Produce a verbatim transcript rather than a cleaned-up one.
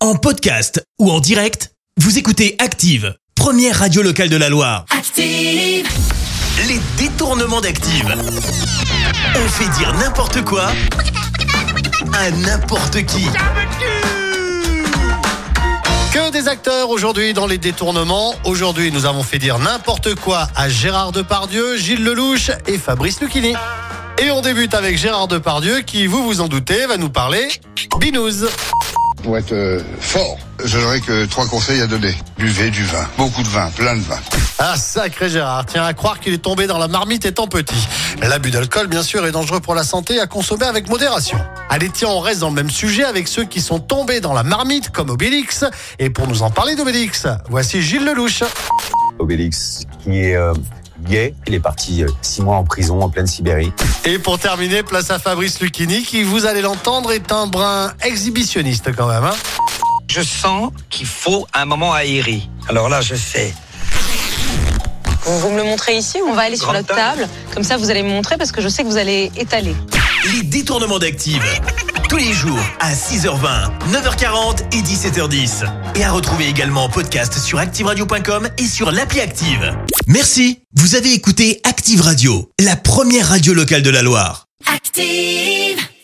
En podcast ou en direct, vous écoutez Active, première radio locale de la Loire. Active. Les détournements d'Active. On fait dire n'importe quoi à n'importe qui. Que des acteurs aujourd'hui dans les détournements. Aujourd'hui, nous avons fait dire n'importe quoi à Gérard Depardieu, Gilles Lelouch et Fabrice Lucchini. Et on débute avec Gérard Depardieu qui, vous vous en doutez, va nous parler binouze. Pour être euh, fort, je n'aurais que trois conseils à donner. Buvez du vin, beaucoup de vin, plein de vin. Ah, sacré Gérard, tiens à croire qu'il est tombé dans la marmite étant petit. L'abus d'alcool, bien sûr, est dangereux pour la santé, à consommer avec modération. Allez, tiens, on reste dans le même sujet avec ceux qui sont tombés dans la marmite, comme Obélix. Et pour nous en parler d'Obélix, voici Gilles Lelouch. Obélix, qui est euh, gay, il est parti euh, six mois en prison en pleine Sibérie. Et pour terminer, place à Fabrice Lucchini, qui, vous allez l'entendre, est un brin exhibitionniste quand même. Hein. Je sens qu'il faut un moment aéré. Alors là, je sais. Vous, vous me le montrez ici ou on va aller sur Grande la table? Comme ça, vous allez me montrer parce que je sais que vous allez étaler. Les détournements d'Active. Tous les jours à six heures vingt, neuf heures quarante et dix-sept heures dix. Et à retrouver également en podcast sur active radio point com et sur l'appli Active. Merci. Vous avez écouté Active Radio, la première radio locale de la Loire. Active.